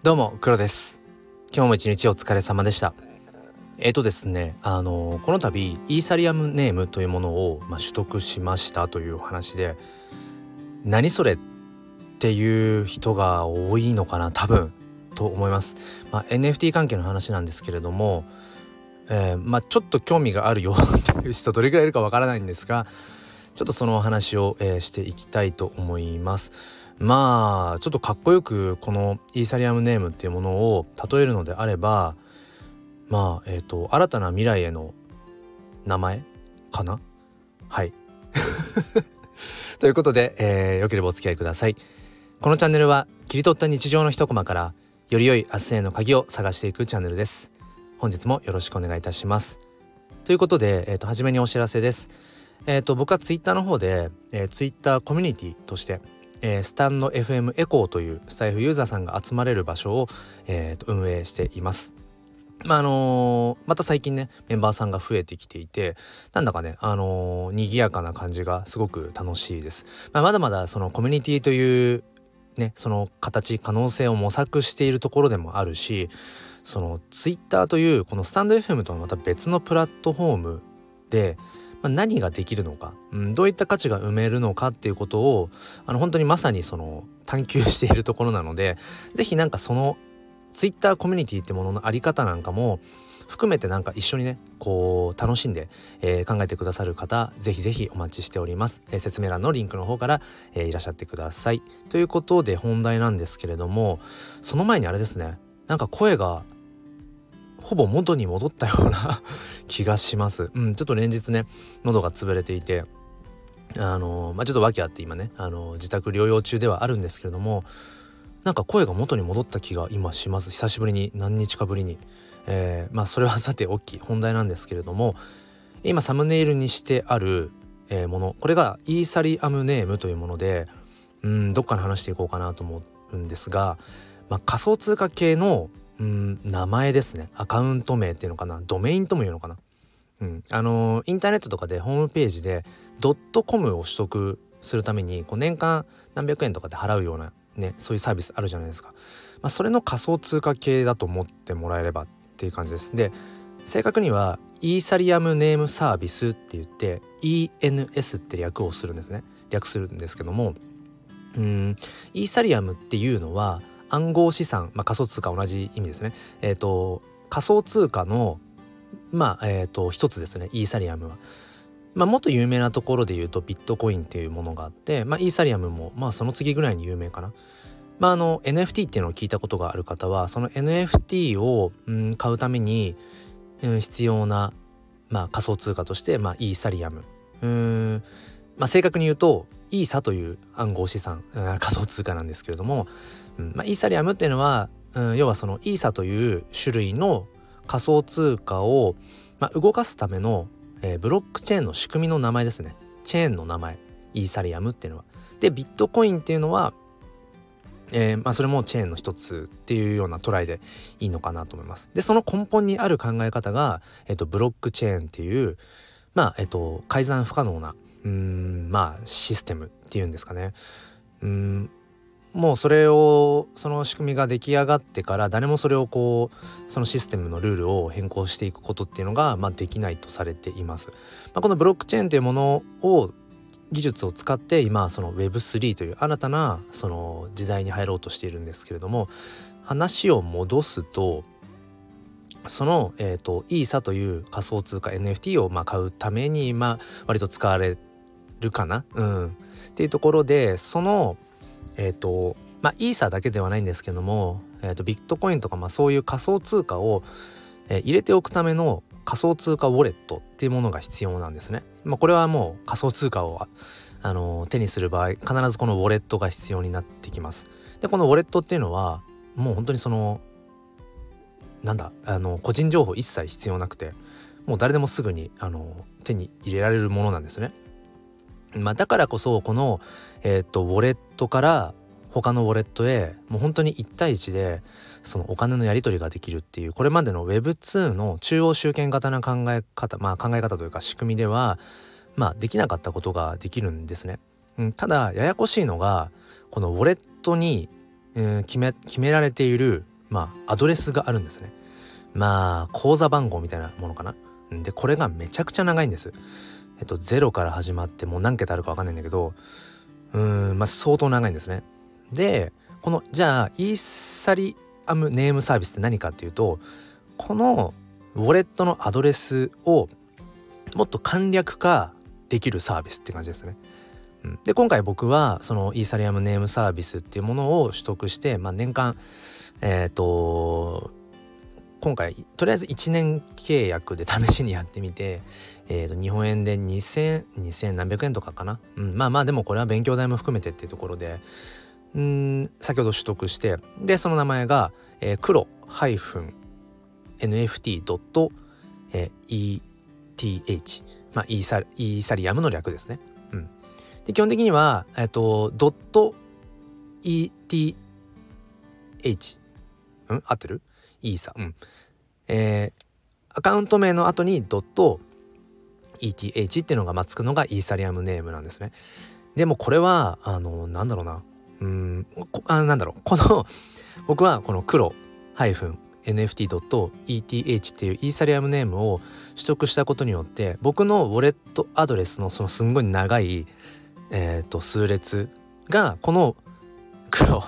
どうも黒です。今日も一日お疲れ様でした。ですねこの度イーサリアムネームというものを、取得しましたというお話で、何それっていう人が多いのかな多分と思います。NFT 関係の話なんですけれども、ちょっと興味があるよっていう人どれくらいいるかわからないんですが、ちょっとそのお話を、していきたいと思います。ちょっとかっこよくこのイーサリアムネームっていうものを例えるのであれば、新たな未来への名前かな。はいということで、よければお付き合いください。このチャンネルは切り取った日常の一コマからより良い明日への鍵を探していくチャンネルです。本日もよろしくお願いいたします。ということで、初めにお知らせです。僕はツイッターの方で、ツイッターコミュニティとして、スタンド FM エコーというスタイフユーザーさんが集まれる場所を、運営しています。また最近ねメンバーさんが増えてきていて、なんだかね賑やかな感じがすごく楽しいです。まだまだそのコミュニティというねその形可能性を模索しているところでもあるし、そのツイッターというこのスタンド FM とはまた別のプラットフォームで、何ができるのか、どういった価値が生めるのかっていうことを本当にまさにその探求しているところなので、ぜひそのツイッターコミュニティってもののあり方なんかも含めて一緒にねこう楽しんで、考えてくださる方ぜひぜひお待ちしております。説明欄のリンクの方から、いらっしゃってください。ということで本題なんですけれども、その前にあれですね、声がほぼ元に戻ったような気がします。ちょっと連日ね喉が潰れていて、ちょっと訳あって今ね自宅療養中ではあるんですけれども、声が元に戻った気が今します。久しぶりに、何日かぶりに。それはさておき本題なんですけれども、今サムネイルにしてある、もの、これがイーサリアムネームというもので、どっから話していこうかなと思うんですが、仮想通貨系の名前ですね。アカウント名っていうのかな、ドメインとも言うのかな。インターネットとかでホームページで.com を取得するために年間何百円とかで払うようなね、そういうサービスあるじゃないですか。それの仮想通貨系だと思ってもらえればっていう感じです。で、正確にはイーサリアムネームサービスって言って ENS って略するんですけども、イーサリアムっていうのは暗号資産、仮想通貨同じ意味ですね。仮想通貨の一つですね、イーサリアムは。もっと有名なところで言うとビットコインっていうものがあって、イーサリアムもその次ぐらいに有名かな。NFT っていうのを聞いたことがある方は、その NFT を、買うために、必要な、仮想通貨として、イーサリアム、正確に言うとイーサという暗号資産、仮想通貨なんですけれども、イーサリアムっていうのは、要はそのイーサという種類の仮想通貨を、動かすためのブロックチェーンの仕組みの名前ですね。チェーンの名前、イーサリアムっていうのは。で、ビットコインっていうのは、それもチェーンの一つっていうようなトライでいいのかなと思います。で、その根本にある考え方が、ブロックチェーンっていう、改ざん不可能なシステムっていうんですかね。もうその仕組みが出来上がってから誰もそれをそのシステムのルールを変更していくことっていうのが、できないとされています。このブロックチェーンというものを技術を使って今その Web3 という新たなその時代に入ろうとしているんですけれども、話を戻すと、その、イーサという仮想通貨 NFT を買うために割と使われるかな、っていうところで、そのイーサだけではないんですけども、ビットコインとかそういう仮想通貨を、入れておくための仮想通貨ウォレットっていうものが必要なんですね。これはもう仮想通貨を手にする場合必ずこのウォレットが必要になってきます。で、このウォレットっていうのはもう本当にその個人情報一切必要なくて、もう誰でもすぐに手に入れられるものなんですね。だからこそこの、ウォレットから他のウォレットへもう本当に1対1でそのお金のやり取りができるっていう、これまでの Web2 の中央集権型な考え方というか仕組みではできなかったことができるんですね。ただややこしいのが、このウォレットに、決められているアドレスがあるんですね。口座番号みたいなものかな。でこれがめちゃくちゃ長いんです。0から始まってもう何桁あるか分かんないんだけど相当長いんですね。でじゃあイーサリアムネームサービスって何かっていうと、このウォレットのアドレスをもっと簡略化できるサービスって感じですね。で今回僕はそのイーサリアムネームサービスっていうものを取得して、年間今回とりあえず1年契約で試しにやってみて、日本円で2000何百円とかかな。でもこれは勉強代も含めてっていうところで先ほど取得して、でその名前が、黒-NFT.ETH、イーサリアムの略ですね。で基本的にはドット ETH 合ってる？イーサアカウント名の後にドット ETH っていうのがつくのがイーサリアムネームなんですね。でもこれはこの僕はこの黒-NFT.ETH っていうイーサリアムネームを取得したことによって、僕のウォレットアドレスのそのすんごい長い数列がこの黒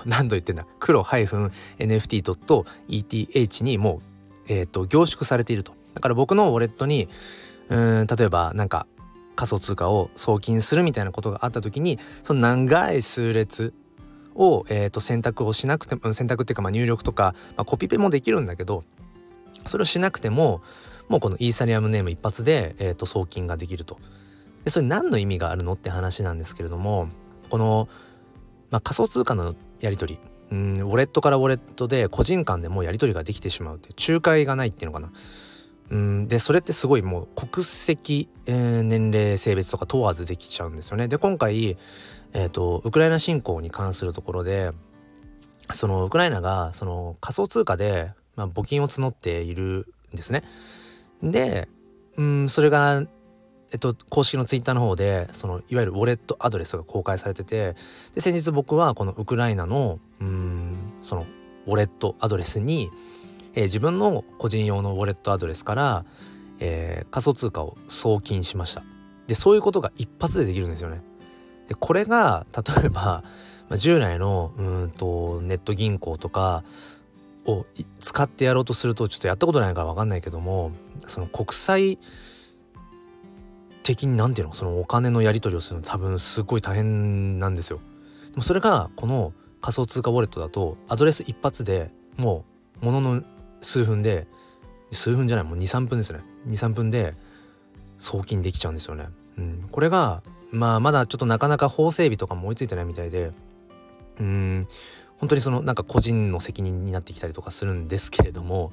-NFT.ETH にもう、凝縮されていると。だから僕のウォレットに例えば仮想通貨を送金するみたいなことがあった時に、その長い数列を、選択をしなくても、選択っていうか入力とか、コピペもできるんだけど、それをしなくてももうこのイーサリアムネーム一発で、送金ができると。でそれ何の意味があるのって話なんですけれども、この、仮想通貨のやり取りウォレットからウォレットで個人間でもうやり取りができてしまうっていう、仲介がないっていうのかな。でそれってすごいもう国籍、年齢性別とか問わずできちゃうんですよね。で今回、ウクライナ侵攻に関するところで、そのウクライナがその仮想通貨で、募金を募っているんですね。でそれが公式のツイッターの方でそのいわゆるウォレットアドレスが公開されてて、で先日僕はこのウクライナのそのウォレットアドレスに、自分の個人用のウォレットアドレスから、仮想通貨を送金しました。でそういうことが一発でできるんですよね。でこれが例えば、従来のネット銀行とかを使ってやろうとすると、ちょっとやったことないから分かんないけども、その国際的にそのお金のやり取りをするの多分すごい大変なんですよ。でもそれがこの仮想通貨ウォレットだとアドレス一発でもうものの数分じゃないもう 2,3 分ですね。 2,3 分で送金できちゃうんですよね。これがまだちょっとなかなか法整備とかも追いついてないみたいで、本当にその個人の責任になってきたりとかするんですけれども、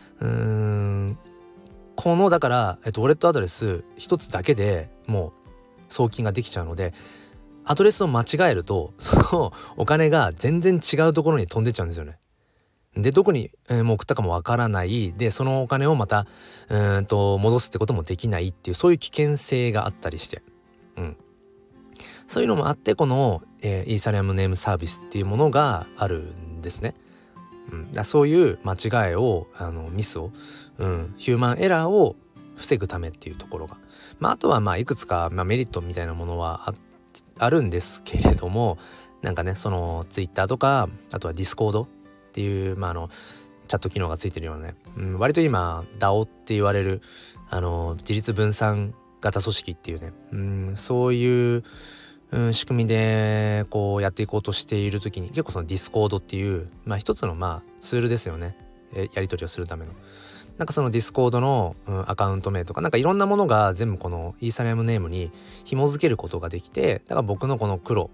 このだから、ウォレットアドレス一つだけでもう送金ができちゃうので、アドレスを間違えるとそのお金が全然違うところに飛んでっちゃうんですよね。でどこに、もう送ったかもわからない。でそのお金をまた戻すってこともできないっていう、そういう危険性があったりして、そういうのもあって、この、イーサリアムネームサービスっていうものがあるんですね。そういう間違いをミスを、ヒューマンエラーを防ぐためっていうところが、あとはいくつか、メリットみたいなものはあるんですけれども、そのツイッターとか、あとはディスコードっていう、チャット機能がついてるようなね、割と今 DAO って言われる自立分散型組織っていうね、そういう仕組みでこうやっていこうとしている時に、結構そのディスコードっていう一つのツールですよね。やり取りをするためのそのディスコードの、アカウント名とかいろんなものが全部このイーサリアムネームに紐付けることができて、だから僕のこの黒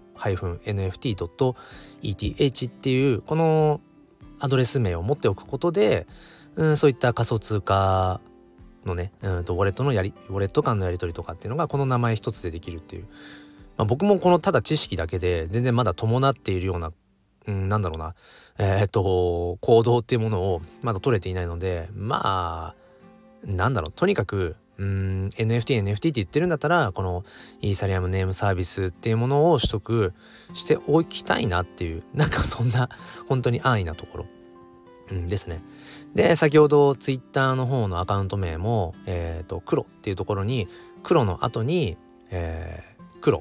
-NFT.ETH っていうこのアドレス名を持っておくことで、そういった仮想通貨のね、ウォレット間のやり取りとかっていうのがこの名前一つでできるっていう、僕もこのただ知識だけで全然まだ伴っているような行動っていうものをまだ取れていないので、とにかくNFT って言ってるんだったら、このイーサリアムネームサービスっていうものを取得しておきたいなっていう、そんな本当に安易なところですね。で先ほどツイッターの方のアカウント名も黒っていうところに黒の後に、黒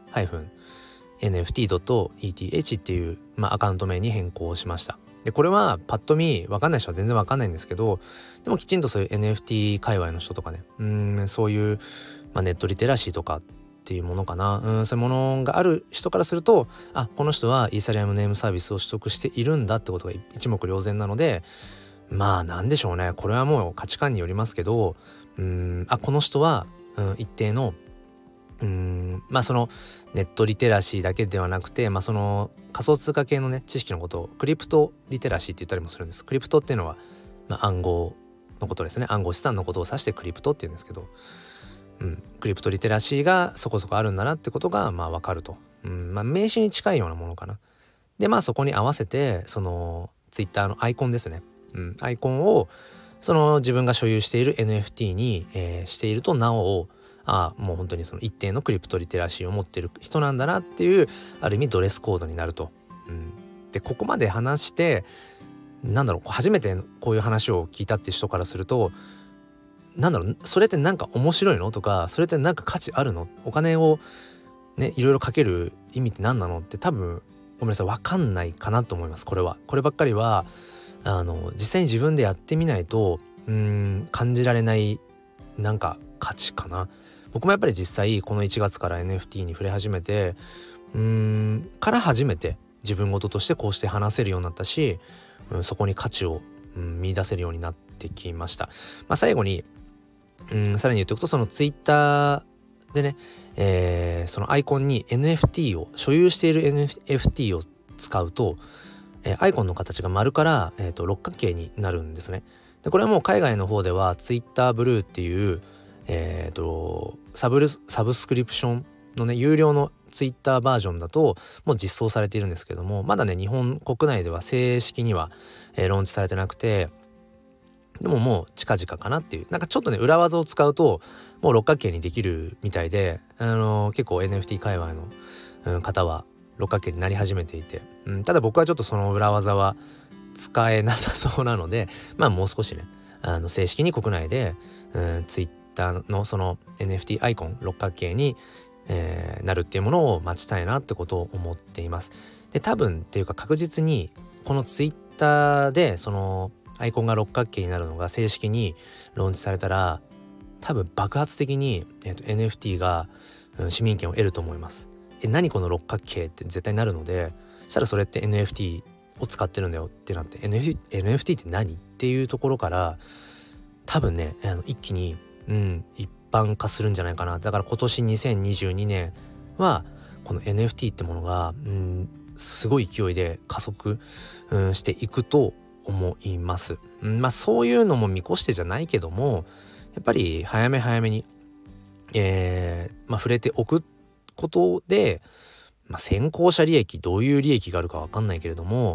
-nft.eth っていう、アカウント名に変更しました。でこれはパッと見分かんない人は全然分かんないんですけど、でもきちんとそういう NFT 界隈の人とかね、そういう、ネットリテラシーとかっていうものかな、そういうものがある人からすると、この人はイーサリアムネームサービスを取得しているんだってことが一目瞭然なので、なんでしょうね、これはもう価値観によりますけど、この人は、一定のそのネットリテラシーだけではなくて、その仮想通貨系のね知識のことをクリプトリテラシーって言ったりもするんです。クリプトっていうのは、暗号のことですね。暗号資産のことを指してクリプトって言うんですけど、クリプトリテラシーがそこそこあるんだなってことが分かると、名詞に近いようなものかな。でそこに合わせてそのツイッターのアイコンですね、アイコンをその自分が所有している NFT に、しているとなおもう本当にその一定のクリプトリテラシーを持っている人なんだなっていう、ある意味ドレスコードになると。でここまで話して初めてこういう話を聞いたって人からすると、それってなんか面白いのとか、それってなんか価値あるの、お金をねいろいろかける意味って何なのって多分ごめんなさい分かんないかなと思います。こればっかりは実際に自分でやってみないと感じられないなんか価値かな。僕もやっぱり実際この1月から NFT に触れ始めてから初めて自分事としてこうして話せるようになったし、そこに価値を見出せるようになってきました。最後にさらに言っておくと、そのツイッターでね、そのアイコンに NFT を所有している NFT を使うと、アイコンの形が丸から、六角形になるんですね。でこれはもう海外の方ではツイッターブルーっていうサブスクリプションのね有料のツイッターバージョンだともう実装されているんですけども、まだね日本国内では正式には、ローンチされてなくて、でももう近々かなっていう、ちょっとね裏技を使うともう六角形にできるみたいで、結構 NFT 界隈の、方は六角形になり始めていて、ただ僕はちょっとその裏技は使えなさそうなので、もう少しね正式に国内で、ツイッターのその NFT アイコン六角形に、なるっていうものを待ちたいなってことを思っています。で多分っていうか確実にこのツイッターでそのアイコンが六角形になるのが正式にローンチされたら、多分爆発的に、NFT が、市民権を得ると思います。何この六角形って絶対なるので、そしたらそれって NFT を使ってるんだよってなって、 NFT って何っていうところから多分ね一気に、一般化するんじゃないかな。だから今年2022年はこの NFT ってものが、すごい勢いで加速、していくと思います。そういうのも見越してじゃないけども、やっぱり早めに、触れておくことで、先行者利益、どういう利益があるか分かんないけれども、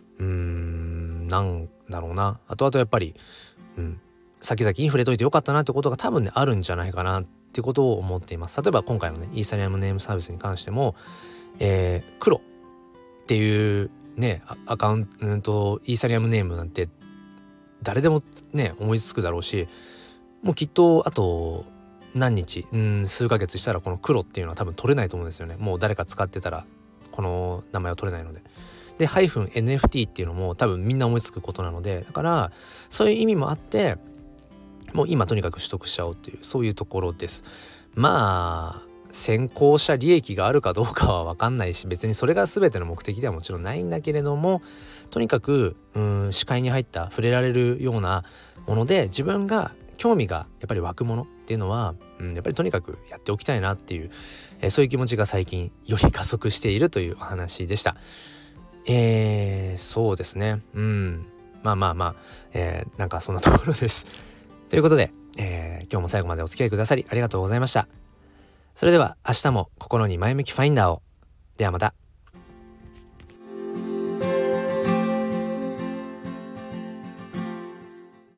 なんだろうな、あとやっぱり、先々に触れといてよかったなってことが多分ねあるんじゃないかなってことを思っています。例えば今回のねイーサリアムネームサービスに関しても、黒っていうねアカウントイーサリアムネームなんて誰でもね思いつくだろうし、もうきっとあと何日数ヶ月したらこの黒っていうのは多分取れないと思うんですよね。もう誰か使ってたらこの名前は取れないので。で-NFT っていうのも多分みんな思いつくことなので、だからそういう意味もあってもう今とにかく取得しちゃおうっていう、そういうところです。先行者利益があるかどうかは分かんないし、別にそれが全ての目的ではもちろんないんだけれども、とにかく視界に入った触れられるようなもので自分が興味がやっぱり湧くものっていうのは、やっぱりとにかくやっておきたいなっていう、そういう気持ちが最近より加速しているというお話でした。そうですね。なんかそんなところです。ということで、今日も最後までお付き合いくださりありがとうございました。それでは明日も心に前向きファインダーを。ではまた。